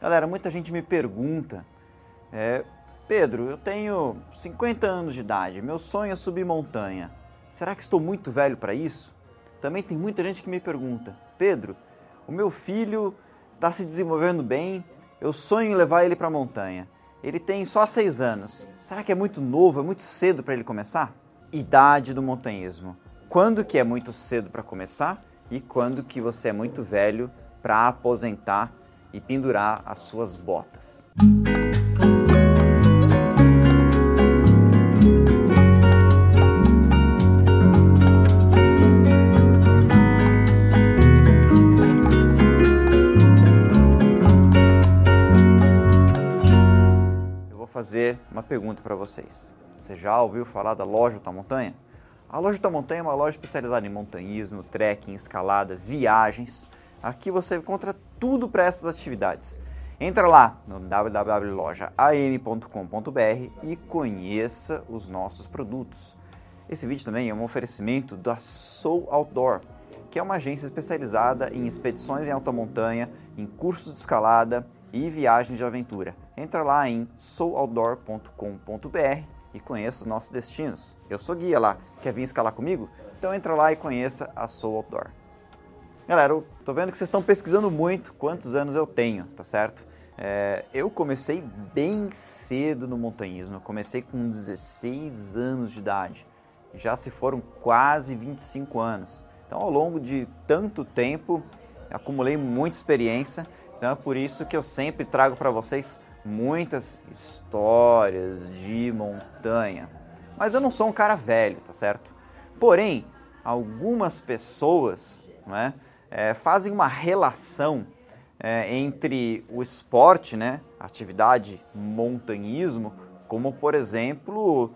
Galera, muita gente me pergunta, Pedro, eu tenho 50 anos de idade, meu sonho é subir montanha. Será que estou muito velho para isso? Também tem muita gente que me pergunta, Pedro, o meu filho está se desenvolvendo bem, eu sonho em levar ele para a montanha. Ele tem só 6 anos. Será que é muito novo, é muito cedo para ele começar? Idade do montanhismo. Quando que é muito cedo para começar e quando que você é muito velho para aposentar e pendurar as suas botas? Fazer uma pergunta para vocês. Você já ouviu falar da Loja Alta Montanha? A Loja Alta Montanha é uma loja especializada em montanhismo, trekking, escalada, viagens. Aqui você encontra tudo para essas atividades. Entra lá no www.lojam.com.br e conheça os nossos produtos. Esse vídeo também é um oferecimento da Soul Outdoor, que é uma agência especializada em expedições em alta montanha, em cursos de escalada e viagens de aventura. Entra lá em souloutdoor.com.br e conheça os nossos destinos. Eu sou guia lá, quer vir escalar comigo? Então entra lá e conheça a Soul Outdoor. Galera, eu tô vendo que vocês estão pesquisando muito quantos anos eu tenho, tá certo? Eu comecei bem cedo no montanhismo, eu comecei com 16 anos de idade. Já se foram quase 25 anos. Então ao longo de tanto tempo, acumulei muita experiência. Então é por isso que eu sempre trago para vocês muitas histórias de montanha. Mas eu não sou um cara velho, tá certo? Porém, algumas pessoas, né, fazem uma relação entre o esporte, né, atividade montanhismo, como por exemplo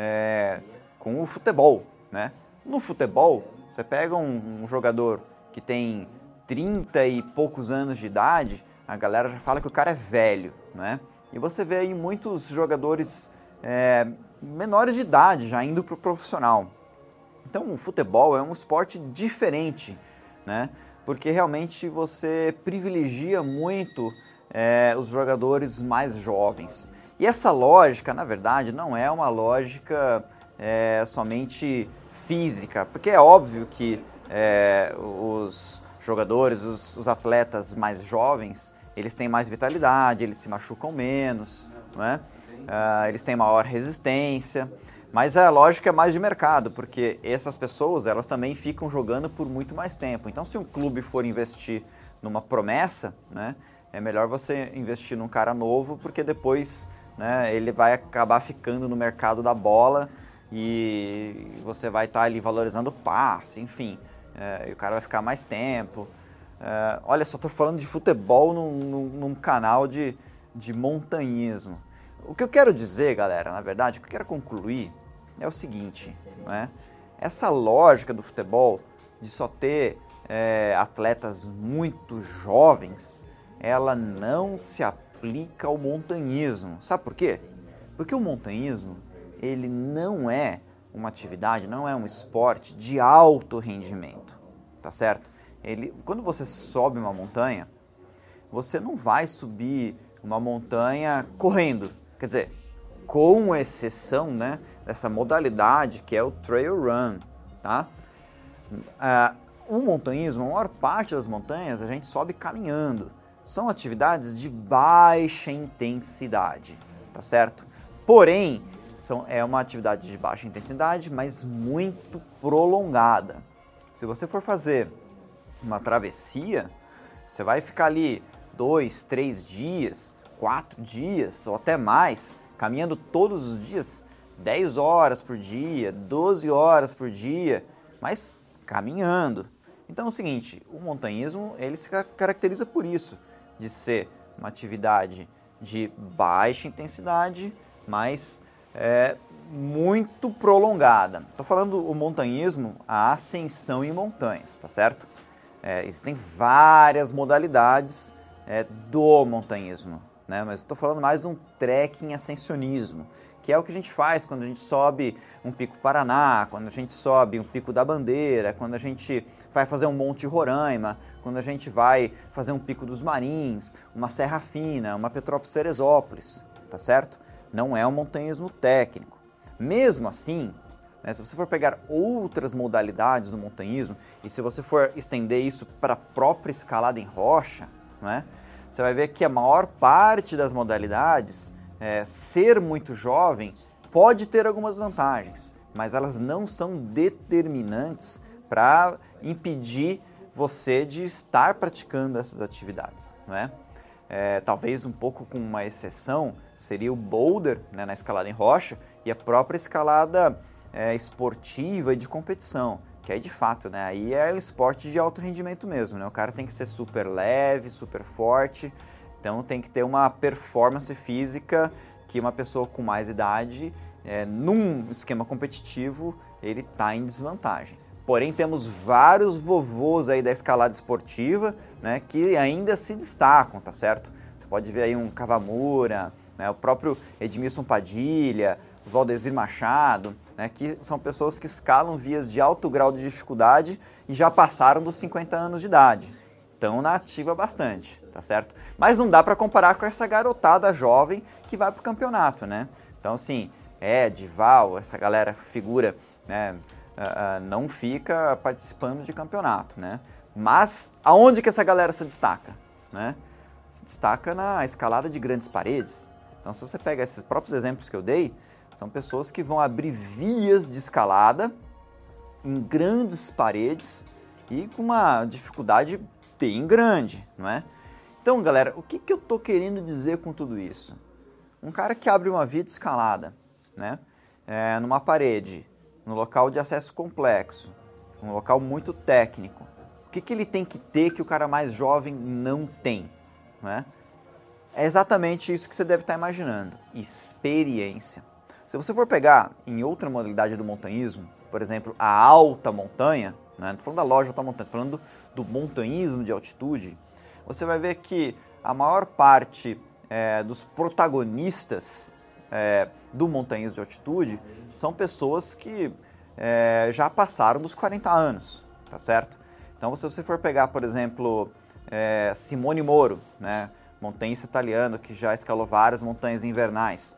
com o futebol, né? No futebol, você pega um jogador que tem 30 e poucos anos de idade, a galera já fala que o cara é velho, né? E você vê aí muitos jogadores menores de idade já indo para o profissional. Então o futebol é um esporte diferente, né? Porque realmente você privilegia muito os jogadores mais jovens. E essa lógica, na verdade, não é uma lógica somente física, porque é óbvio que os jogadores, os atletas mais jovens, eles têm mais vitalidade, eles se machucam menos, né? Eles têm maior resistência, mas a lógica é mais de mercado, porque essas pessoas, elas também ficam jogando por muito mais tempo. Então, se um clube for investir numa promessa, né, é melhor você investir num cara novo, porque depois, né, ele vai acabar ficando no mercado da bola e você vai estar ali valorizando o passe, enfim. E o cara vai ficar mais tempo. Olha só, estou falando de futebol num canal de montanhismo. O que eu quero dizer, galera, na verdade, o que eu quero concluir é o seguinte, né? Essa lógica do futebol de só ter atletas muito jovens, ela não se aplica ao montanhismo. Sabe por quê? Porque o montanhismo, ele não é uma atividade, não é um esporte de alto rendimento, tá certo? Quando você sobe uma montanha, você não vai subir uma montanha correndo, quer dizer, com exceção, né, dessa modalidade que é o trail run, tá? O montanhismo, a maior parte das montanhas a gente sobe caminhando, são atividades de baixa intensidade, tá certo? Porém, é uma atividade de baixa intensidade, mas muito prolongada. Se você for fazer uma travessia, você vai ficar ali 2, 3 dias, 4 dias ou até mais, caminhando todos os dias, 10 horas por dia, 12 horas por dia, mas caminhando. Então é o seguinte, o montanhismo ele se caracteriza por isso, de ser uma atividade de baixa intensidade, mas muito prolongada. Estou falando o montanhismo, a ascensão em montanhas, tá certo? Existem várias modalidades do montanhismo. né? Mas estou falando mais de um trekking ascensionismo, que é o que a gente faz quando a gente sobe um Pico Paraná, quando a gente sobe um Pico da Bandeira, quando a gente vai fazer um Monte Roraima, quando a gente vai fazer um Pico dos Marins, uma Serra Fina, uma Petrópolis-Teresópolis, tá certo? Não é um montanhismo técnico. Mesmo assim, né, se você for pegar outras modalidades do montanhismo e se você for estender isso para a própria escalada em rocha, né, você vai ver que a maior parte das modalidades, ser muito jovem pode ter algumas vantagens, mas elas não são determinantes para impedir você de estar praticando essas atividades, né? Talvez um pouco com uma exceção seria o boulder, né, na escalada em rocha e a própria escalada esportiva e de competição, que aí de fato, né, aí é o esporte de alto rendimento mesmo, né? O cara tem que ser super leve, super forte, então tem que ter uma performance física que uma pessoa com mais idade, num esquema competitivo, ele está em desvantagem. Porém, temos vários vovôs aí da escalada esportiva, né, que ainda se destacam, tá certo? Você pode ver aí um Kawamura, né, o próprio Edmilson Padilha, o Valdezir Machado, né, que são pessoas que escalam vias de alto grau de dificuldade e já passaram dos 50 anos de idade. Estão na ativa bastante, tá certo? Mas não dá para comparar com essa garotada jovem que vai pro campeonato, né? Então, assim, Dival, essa galera figura, né, não fica participando de campeonato, né? Mas aonde que essa galera se destaca, né? Se destaca na escalada de grandes paredes. Então, se você pega esses próprios exemplos que eu dei, são pessoas que vão abrir vias de escalada em grandes paredes e com uma dificuldade bem grande, não é? Então, galera, o que eu tô querendo dizer com tudo isso? Um cara que abre uma via de escalada, né? Numa parede, no local de acesso complexo, um local muito técnico. O que ele tem que ter que o cara mais jovem não tem, né? É exatamente isso que você deve estar imaginando, experiência. Se você for pegar em outra modalidade do montanhismo, por exemplo, a alta montanha, né? Não estou falando da loja alta montanha, estou falando do montanhismo de altitude, você vai ver que a maior parte dos protagonistas do montanhismo de altitude são pessoas que já passaram dos 40 anos, tá certo? Então, se você for pegar, por exemplo, Simone Moro, né, montanhista italiano que já escalou várias montanhas invernais,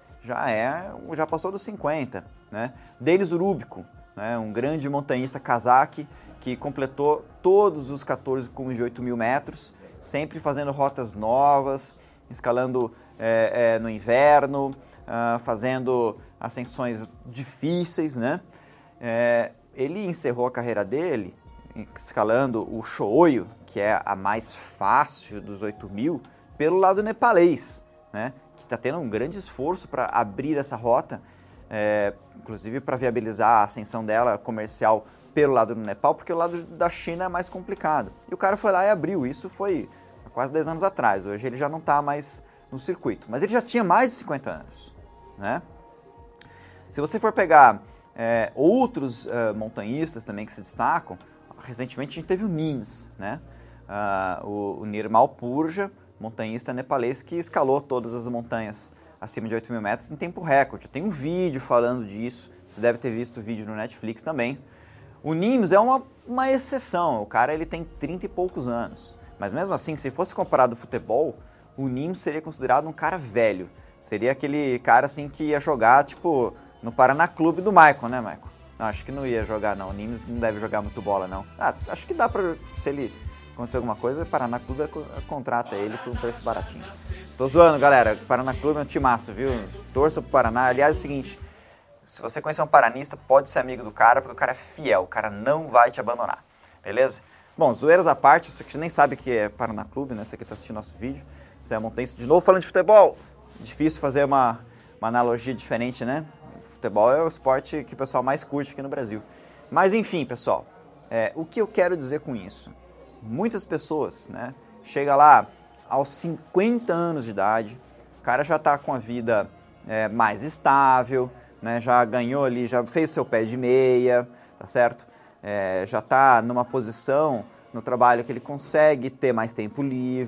já passou dos 50, né? Denis Urúbico, né, um grande montanhista cazaque que completou todos os 14 cumes de 8 mil metros, sempre fazendo rotas novas, escalando no inverno, fazendo ascensões difíceis, né? Ele encerrou a carreira dele escalando o Shooyo, que é a mais fácil dos 8 mil, pelo lado nepalês, né? Que está tendo um grande esforço para abrir essa rota, inclusive para viabilizar a ascensão dela comercial pelo lado do Nepal, porque o lado da China é mais complicado. E o cara foi lá e abriu, isso foi há quase 10 anos atrás, hoje ele já não está mais no circuito, mas ele já tinha mais de 50 anos, né? Se você for pegar outros montanhistas também que se destacam, recentemente a gente teve o Nims, né? O Nirmal Purja, montanhista nepalês que escalou todas as montanhas acima de 8 mil metros em tempo recorde. Tem um vídeo falando disso, você deve ter visto o vídeo no Netflix também. O Nims é uma exceção, o cara ele tem 30 e poucos anos, mas mesmo assim, se fosse comparado ao futebol, o Nims seria considerado um cara velho. Seria aquele cara assim que ia jogar, tipo, no Paraná Clube do Maicon, né, Maicon? Não, acho que não ia jogar, não. O Nims não deve jogar muito bola, não. Acho que dá pra, se ele acontecer alguma coisa, o Paraná Clube contrata ele por um preço baratinho. Tô zoando, galera. O Paraná Clube é um timaço, viu? Torça pro Paraná. Aliás, é o seguinte, se você conhecer um paranista, pode ser amigo do cara, porque o cara é fiel, o cara não vai te abandonar, beleza? Bom, zoeiras à parte, você que nem sabe o que é Paraná Clube, né? Você que tá assistindo nosso vídeo, você é montanhista. De novo falando de futebol, difícil fazer uma analogia diferente, né? Futebol é o esporte que o pessoal mais curte aqui no Brasil. Mas enfim, pessoal, o que eu quero dizer com isso? Muitas pessoas, né, chega lá aos 50 anos de idade, o cara já está com a vida mais estável, né, já ganhou ali, já fez seu pé de meia, tá certo? Já está numa posição no trabalho que ele consegue ter mais tempo livre,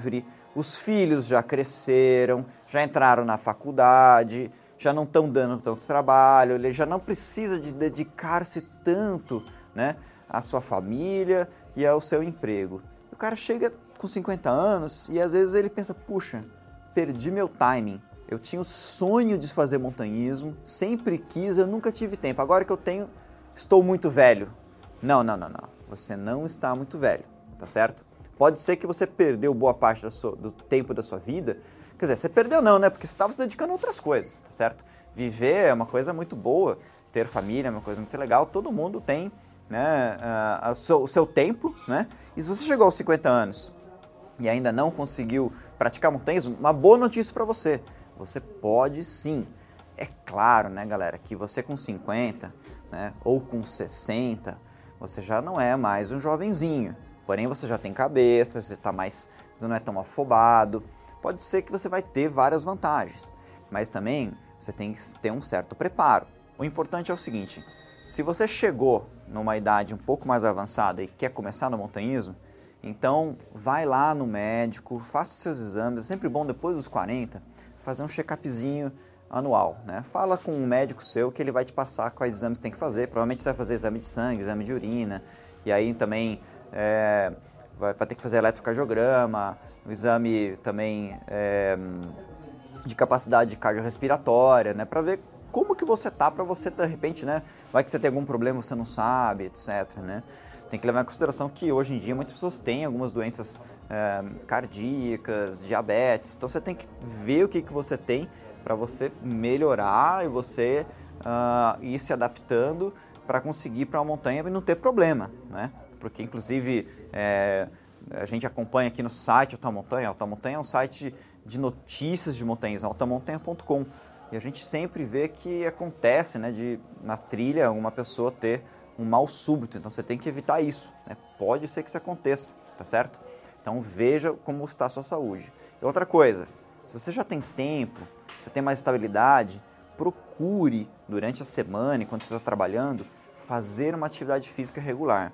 os filhos já cresceram, já entraram na faculdade, já não estão dando tanto trabalho, ele já não precisa de dedicar-se tanto, né, à sua família e ao seu emprego. O cara chega com 50 anos e às vezes ele pensa, puxa, perdi meu timing. Eu tinha o sonho de fazer montanhismo, sempre quis, eu nunca tive tempo. Agora que eu tenho, estou muito velho. Não. Você não está muito velho, tá certo? Pode ser que você perdeu boa parte do tempo da sua vida. Quer dizer, você perdeu não, né? Porque você estava se dedicando a outras coisas, tá certo? Viver é uma coisa muito boa, ter família é uma coisa muito legal. Todo mundo tem, né, o seu tempo, né? E se você chegou aos 50 anos e ainda não conseguiu praticar montanhismo, uma boa notícia para você. Você pode sim. É claro, né, galera, que você com 50, né, ou com 60, você já não é mais um jovenzinho. Porém, você já tem cabeça, você não é tão afobado. Pode ser que você vai ter várias vantagens, mas também você tem que ter um certo preparo. O importante é o seguinte, se você chegou numa idade um pouco mais avançada e quer começar no montanhismo, então vai lá no médico, faça seus exames. É sempre bom depois dos 40 fazer um check-upzinho anual, né? Fala com um médico seu que ele vai te passar quais exames tem que fazer. Provavelmente você vai fazer exame de sangue, exame de urina, e aí também vai ter que fazer eletrocardiograma, o exame também de capacidade cardiorrespiratória, né? Para ver como que você tá, para você de repente, né? Vai que você tem algum problema, você não sabe, etc, né? Tem que levar em consideração que hoje em dia muitas pessoas têm algumas doenças cardíacas, diabetes, então você tem que ver o que você tem para você melhorar e você ir se adaptando para conseguir ir para uma montanha e não ter problema, né? Porque inclusive a gente acompanha aqui no site Alta Montanha. Alta Montanha é um site de notícias de montanhas, altamontanha.com, e a gente sempre vê que acontece, né, na trilha uma pessoa ter um mal súbito, então você tem que evitar isso, né? Pode ser que isso aconteça, tá certo? Então veja como está a sua saúde. E outra coisa, se você já tem tempo, você tem mais estabilidade, procure durante a semana, enquanto você está trabalhando, fazer uma atividade física regular.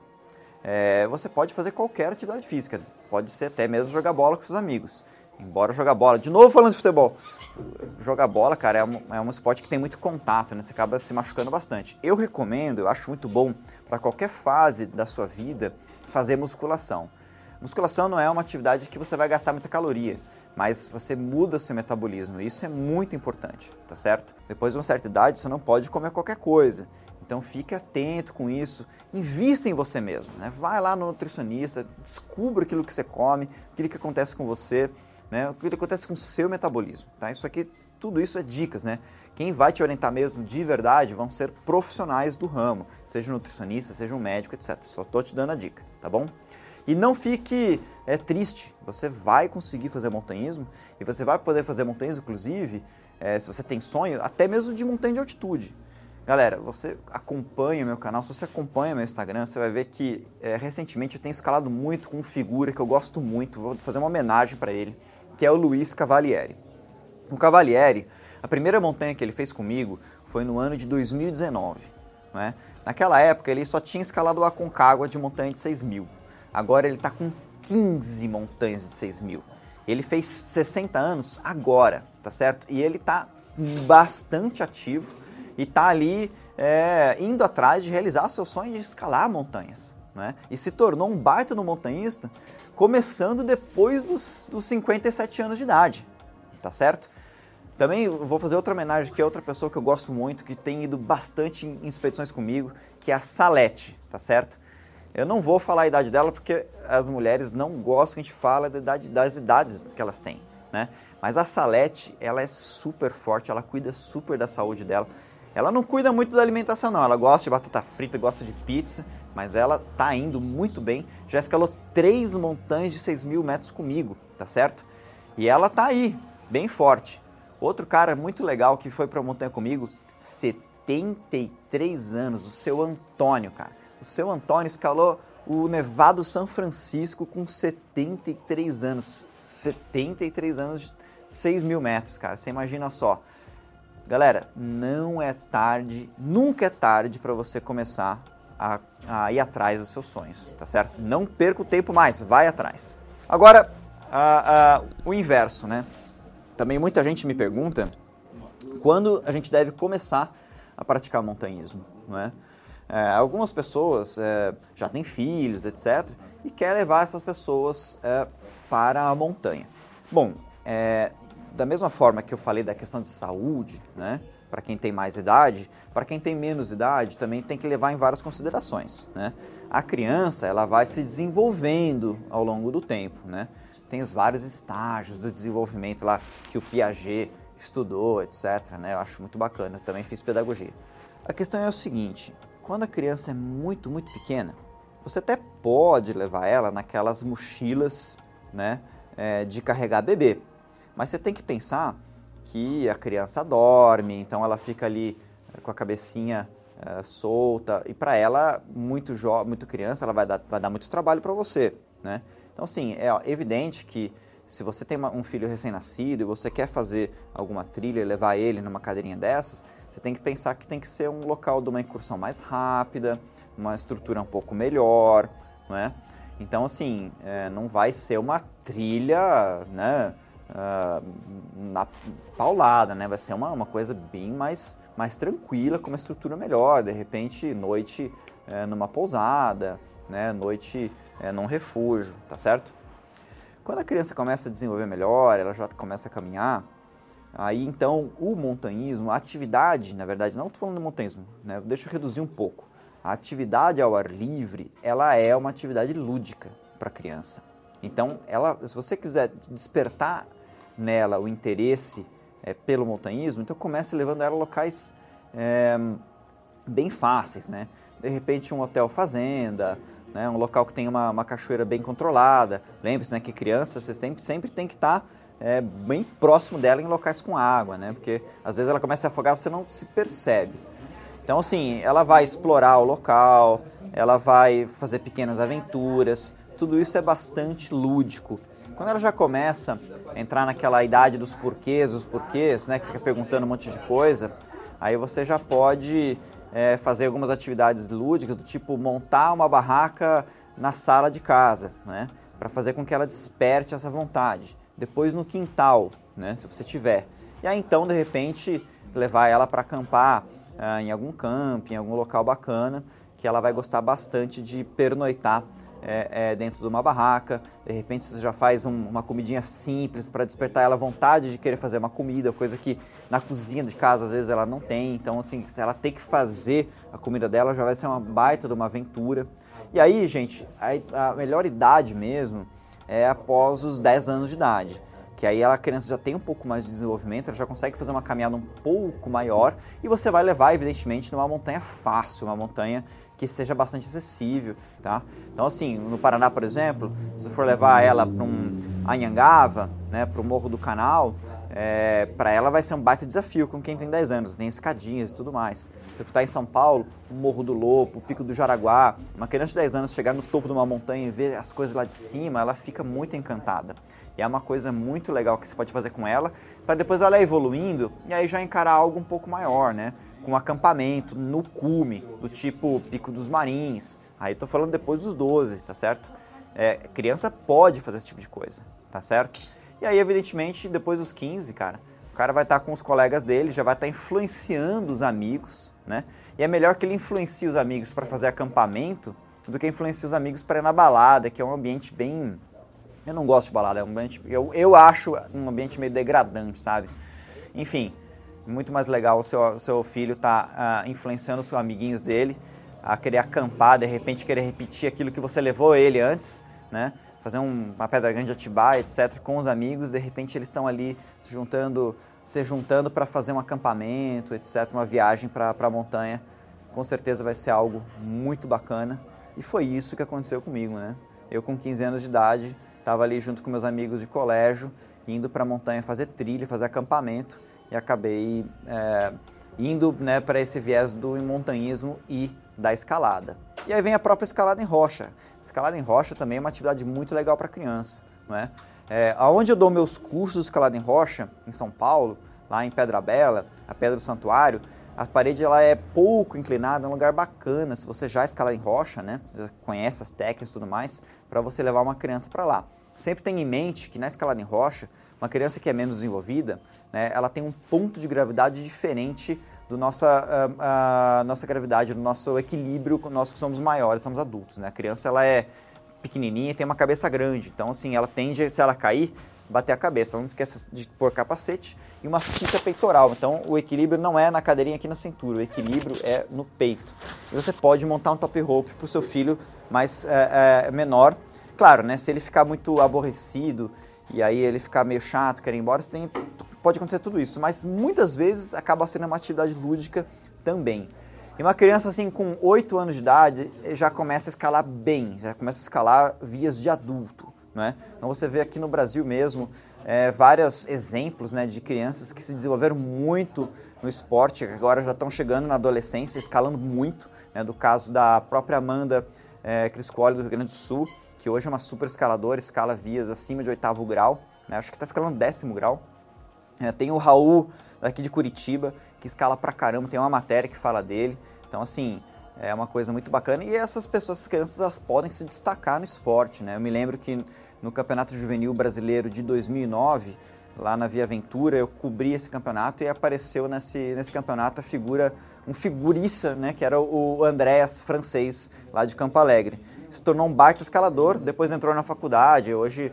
Você pode fazer qualquer atividade física, pode ser até mesmo jogar bola com seus amigos. Embora jogar bola, de novo falando de futebol, jogar bola, cara, é um esporte que tem muito contato, né? Você acaba se machucando bastante. Eu recomendo, eu acho muito bom, para qualquer fase da sua vida, fazer musculação. Musculação não é uma atividade que você vai gastar muita caloria, mas você muda seu metabolismo, e isso é muito importante, tá certo? Depois de uma certa idade, você não pode comer qualquer coisa. Então fique atento com isso, invista em você mesmo, né? Vai lá no nutricionista, descubra aquilo que você come, aquilo que acontece com você, né? O que acontece com o seu metabolismo, tá? Isso aqui, tudo isso é dicas, né? Quem vai te orientar mesmo de verdade vão ser profissionais do ramo, seja um nutricionista, seja um médico, etc. Só tô te dando a dica, tá bom? E não fique triste, você vai conseguir fazer montanhismo, e você vai poder fazer montanhismo, inclusive, se você tem sonho, até mesmo de montanha de altitude. Galera, você acompanha meu canal, se você acompanha meu Instagram, você vai ver que recentemente eu tenho escalado muito com uma figura que eu gosto muito, vou fazer uma homenagem para ele, que é o Luiz Cavalieri. O Cavalieri, a primeira montanha que ele fez comigo foi no ano de 2019. Né? Naquela época ele só tinha escalado o Aconcagua de montanha de 6.000. Agora ele está com 15 montanhas de 6.000. Ele fez 60 anos agora, tá certo? E ele está bastante ativo e está ali indo atrás de realizar seu sonho de escalar montanhas. Né? E se tornou um baita no montanhista, começando depois dos 57 anos de idade, tá certo? Também eu vou fazer outra homenagem, que é outra pessoa que eu gosto muito, que tem ido bastante em expedições comigo, que é a Salete, tá certo? Eu não vou falar a idade dela, porque as mulheres não gostam que a gente fale das idades que elas têm, né? Mas a Salete, ela é super forte, ela cuida super da saúde dela. Ela não cuida muito da alimentação não, ela gosta de batata frita, gosta de pizza, mas ela tá indo muito bem, já escalou 3 montanhas de 6.000 metros comigo, tá certo? E ela tá aí, bem forte. Outro cara muito legal que foi pra montanha comigo, 73 anos, o seu Antônio, cara. O seu Antônio escalou o Nevado São Francisco com 73 anos. 73 anos de 6.000 metros, cara, você imagina só. Galera, não é tarde, nunca é tarde para você começar a ir atrás dos seus sonhos, tá certo? Não perca o tempo mais, vai atrás. Agora, o inverso, né? Também muita gente me pergunta quando a gente deve começar a praticar montanhismo, não é? Algumas pessoas já têm filhos, etc., e quer levar essas pessoas para a montanha. Bom, da mesma forma que eu falei da questão de saúde, né? Para quem tem mais idade, para quem tem menos idade, também tem que levar em várias considerações, né? A criança, ela vai se desenvolvendo ao longo do tempo, né? Tem os vários estágios do desenvolvimento lá que o Piaget estudou, etc., né? Eu acho muito bacana, eu também fiz pedagogia. A questão é o seguinte, quando a criança é muito, muito pequena, você até pode levar ela naquelas mochilas, né, de carregar bebê, mas você tem que pensar que a criança dorme, então ela fica ali com a cabecinha solta, e para ela, muito criança, ela vai dar muito trabalho para você, né? Então, assim, é evidente que se você tem um filho recém-nascido e você quer fazer alguma trilha e levar ele numa cadeirinha dessas, você tem que pensar que tem que ser um local de uma incursão mais rápida, uma estrutura um pouco melhor, não é? Então, assim, não vai ser uma trilha, né, na paulada, né? Vai ser uma coisa bem mais tranquila, com uma estrutura melhor, de repente, noite numa pousada, né? Noite num refúgio, tá certo? Quando a criança começa a desenvolver melhor, ela já começa a caminhar, aí então o montanhismo, a atividade, na verdade, não estou falando de montanhismo, né? Deixa eu reduzir um pouco. A atividade ao ar livre, ela é uma atividade lúdica para a criança. Então, se você quiser despertar nela o interesse pelo montanhismo, então comece levando ela a locais bem fáceis, né? De repente um hotel fazenda, né? Um local que tem uma cachoeira bem controlada. Lembre-se, né, que criança você sempre tem que estar bem próximo dela em locais com água, né? Porque às vezes ela começa a afogar e você não se percebe. Então, assim, ela vai explorar o local, ela vai fazer pequenas aventuras, tudo isso é bastante lúdico. Quando ela já começa a entrar naquela idade dos porquês, né, que fica perguntando um monte de coisa, aí você já pode fazer algumas atividades lúdicas, do tipo montar uma barraca na sala de casa, né, para fazer com que ela desperte essa vontade. Depois no quintal, né, se você tiver. E aí então, de repente, levar ela para acampar em algum camping, em algum local bacana, que ela vai gostar bastante de pernoitar dentro de uma barraca. De repente você já faz uma comidinha simples para despertar ela a vontade de querer fazer uma comida, coisa que na cozinha de casa às vezes ela não tem. Então, assim, se ela tem que fazer a comida dela, já vai ser uma baita de uma aventura. E aí, gente, a melhor idade mesmo é após os 10 anos de idade, que aí a criança já tem um pouco mais de desenvolvimento, ela já consegue fazer uma caminhada um pouco maior, e você vai levar, evidentemente, numa montanha fácil, uma montanha que seja bastante acessível, tá? Então, assim, no Paraná, por exemplo, se você for levar ela para Anhangaba, né, para o Morro do Canal, para ela vai ser um baita desafio com quem tem 10 anos, tem escadinhas e tudo mais. Se você está em São Paulo, o Morro do Lopo, o Pico do Jaraguá, uma criança de 10 anos chegar no topo de uma montanha e ver as coisas lá de cima, ela fica muito encantada. E é uma coisa muito legal que você pode fazer com ela, para depois ela ir evoluindo e aí já encarar algo um pouco maior, né? Com um acampamento no cume, do tipo Pico dos Marins. Aí tô falando depois dos 12, tá certo? Criança pode fazer esse tipo de coisa, tá certo? E aí, evidentemente, depois dos 15, cara, o cara vai estar com os colegas dele, já vai estar influenciando os amigos, né? E é melhor que ele influencie os amigos para fazer acampamento do que influencie os amigos para ir na balada, que é um ambiente bem... Eu não gosto de balada, é um ambiente... Eu acho um ambiente meio degradante, sabe? Enfim, muito mais legal o seu filho tá influenciando os amiguinhos dele a querer acampar, de repente querer repetir aquilo que você levou ele antes, né? Fazer uma Pedra Grande de Atibaia, etc., com os amigos, de repente eles estão ali se juntando para fazer um acampamento, etc., uma viagem para a montanha. Com certeza vai ser algo muito bacana. E foi isso que aconteceu comigo, né? Eu com 15 anos de idade, estava ali junto com meus amigos de colégio, indo para a montanha fazer trilha, fazer acampamento, e acabei indo, né, para esse viés do montanhismo e da escalada. E aí vem a própria escalada em rocha. Escalada em rocha também é uma atividade muito legal para criança, não é? Onde eu dou meus cursos de escalada em rocha, em São Paulo, lá em Pedra Bela, a Pedra do Santuário, a parede ela é pouco inclinada, é um lugar bacana, se você já escala em rocha, né, já conhece as técnicas e tudo mais, para você levar uma criança para lá. sempre tenha em mente que na escalada em rocha, uma criança que é menos desenvolvida, né, ela tem um ponto de gravidade diferente do nossa gravidade, do nosso equilíbrio, nós que somos maiores, somos adultos, né? A criança, ela é pequenininha e tem uma cabeça grande, então assim, ela tende, se ela cair, bater a cabeça. Então não esqueça de pôr capacete e uma fita peitoral. Então o equilíbrio não é na cadeirinha aqui na cintura, o equilíbrio é no peito. E você pode montar um top rope para o seu filho mais menor. Claro, né? Se ele ficar muito aborrecido e aí ele ficar meio chato, quer ir embora, pode acontecer tudo isso. Mas muitas vezes acaba sendo uma atividade lúdica também. E uma criança assim com 8 anos de idade já começa a escalar bem, já começa a escalar vias de adulto, né? Então você vê aqui no Brasil mesmo vários exemplos, né, de crianças que se desenvolveram muito no esporte, que agora já estão chegando na adolescência, escalando muito, né? Do caso da própria Amanda Criscuoli do Rio Grande do Sul, que hoje é uma super escaladora, escala vias acima de 8º grau, né? Acho que está escalando 10º grau. Tem o Raul daqui de Curitiba, que escala pra caramba, tem uma matéria que fala dele. Então, assim, é uma coisa muito bacana. E essas pessoas, essas crianças, elas podem se destacar no esporte, né? Eu me lembro que no Campeonato Juvenil Brasileiro de 2009, lá na Via Aventura, eu cobri esse campeonato e apareceu nesse campeonato um figuriça, né? Que era o Andréas, francês, lá de Campo Alegre. Se tornou um baita escalador, depois entrou na faculdade, hoje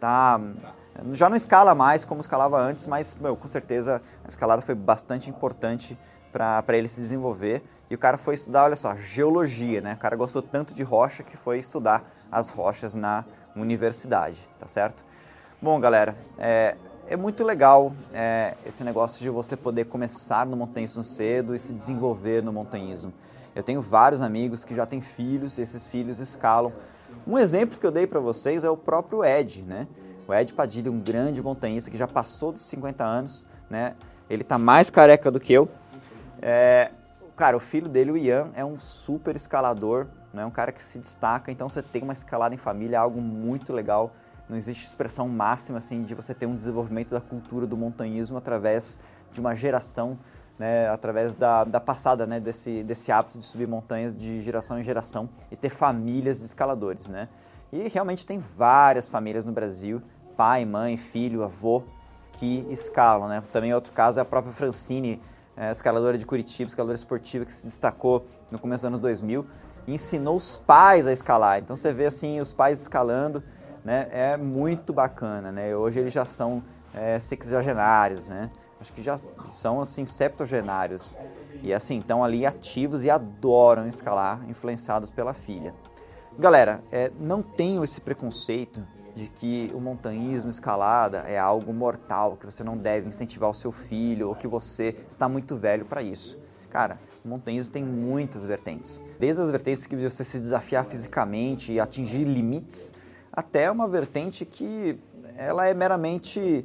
já não escala mais como escalava antes, mas com certeza a escalada foi bastante importante para ele se desenvolver. E o cara foi estudar, olha só, geologia, né? O cara gostou tanto de rocha que foi estudar as rochas na universidade, tá certo? Bom, galera, é muito legal esse negócio de você poder começar no montanhismo cedo e se desenvolver no montanhismo. Eu tenho vários amigos que já têm filhos e esses filhos escalam. Um exemplo que eu dei para vocês é o próprio Ed, né? O Ed Padilha, um grande montanhista que já passou dos 50 anos, né? Ele tá mais careca do que eu. Cara, o filho dele, o Ian, é um super escalador, né? Um cara que se destaca. Então você tem uma escalada em família, é algo muito legal. Não existe expressão máxima assim de você ter um desenvolvimento da cultura do montanhismo através de uma geração, né? Através da passada, né? desse hábito de subir montanhas de geração em geração e ter famílias de escaladores, né? E realmente tem várias famílias no Brasil, pai, mãe, filho, avô, que escalam, né? Também outro caso é a própria Francine, escaladora de Curitiba, escaladora esportiva que se destacou no começo dos anos 2000 e ensinou os pais a escalar. Então você vê assim os pais escalando, né? É muito bacana, né? Hoje eles já são sexagenários, né? Acho que já são assim septuagenários e assim estão ali ativos e adoram escalar, influenciados pela filha. Galera, não tenham esse preconceito de que o montanhismo, escalada, é algo mortal, que você não deve incentivar o seu filho ou que você está muito velho para isso. Cara, o montanhismo tem muitas vertentes. Desde as vertentes que você se desafiar fisicamente e atingir limites, até uma vertente que ela é meramente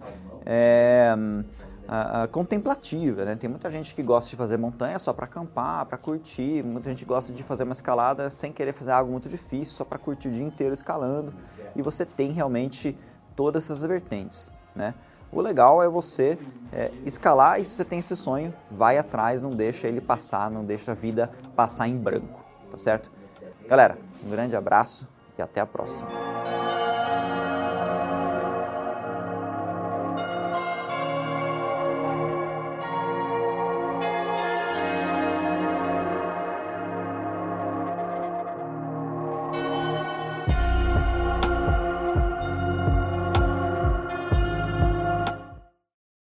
contemplativa, né? Tem muita gente que gosta de fazer montanha só para acampar, para curtir, muita gente gosta de fazer uma escalada sem querer fazer algo muito difícil, só para curtir o dia inteiro escalando, e você tem realmente todas essas vertentes, né? O legal é você escalar, e se você tem esse sonho, vai atrás, não deixa ele passar, não deixa a vida passar em branco, tá certo? Galera, um grande abraço e até a próxima.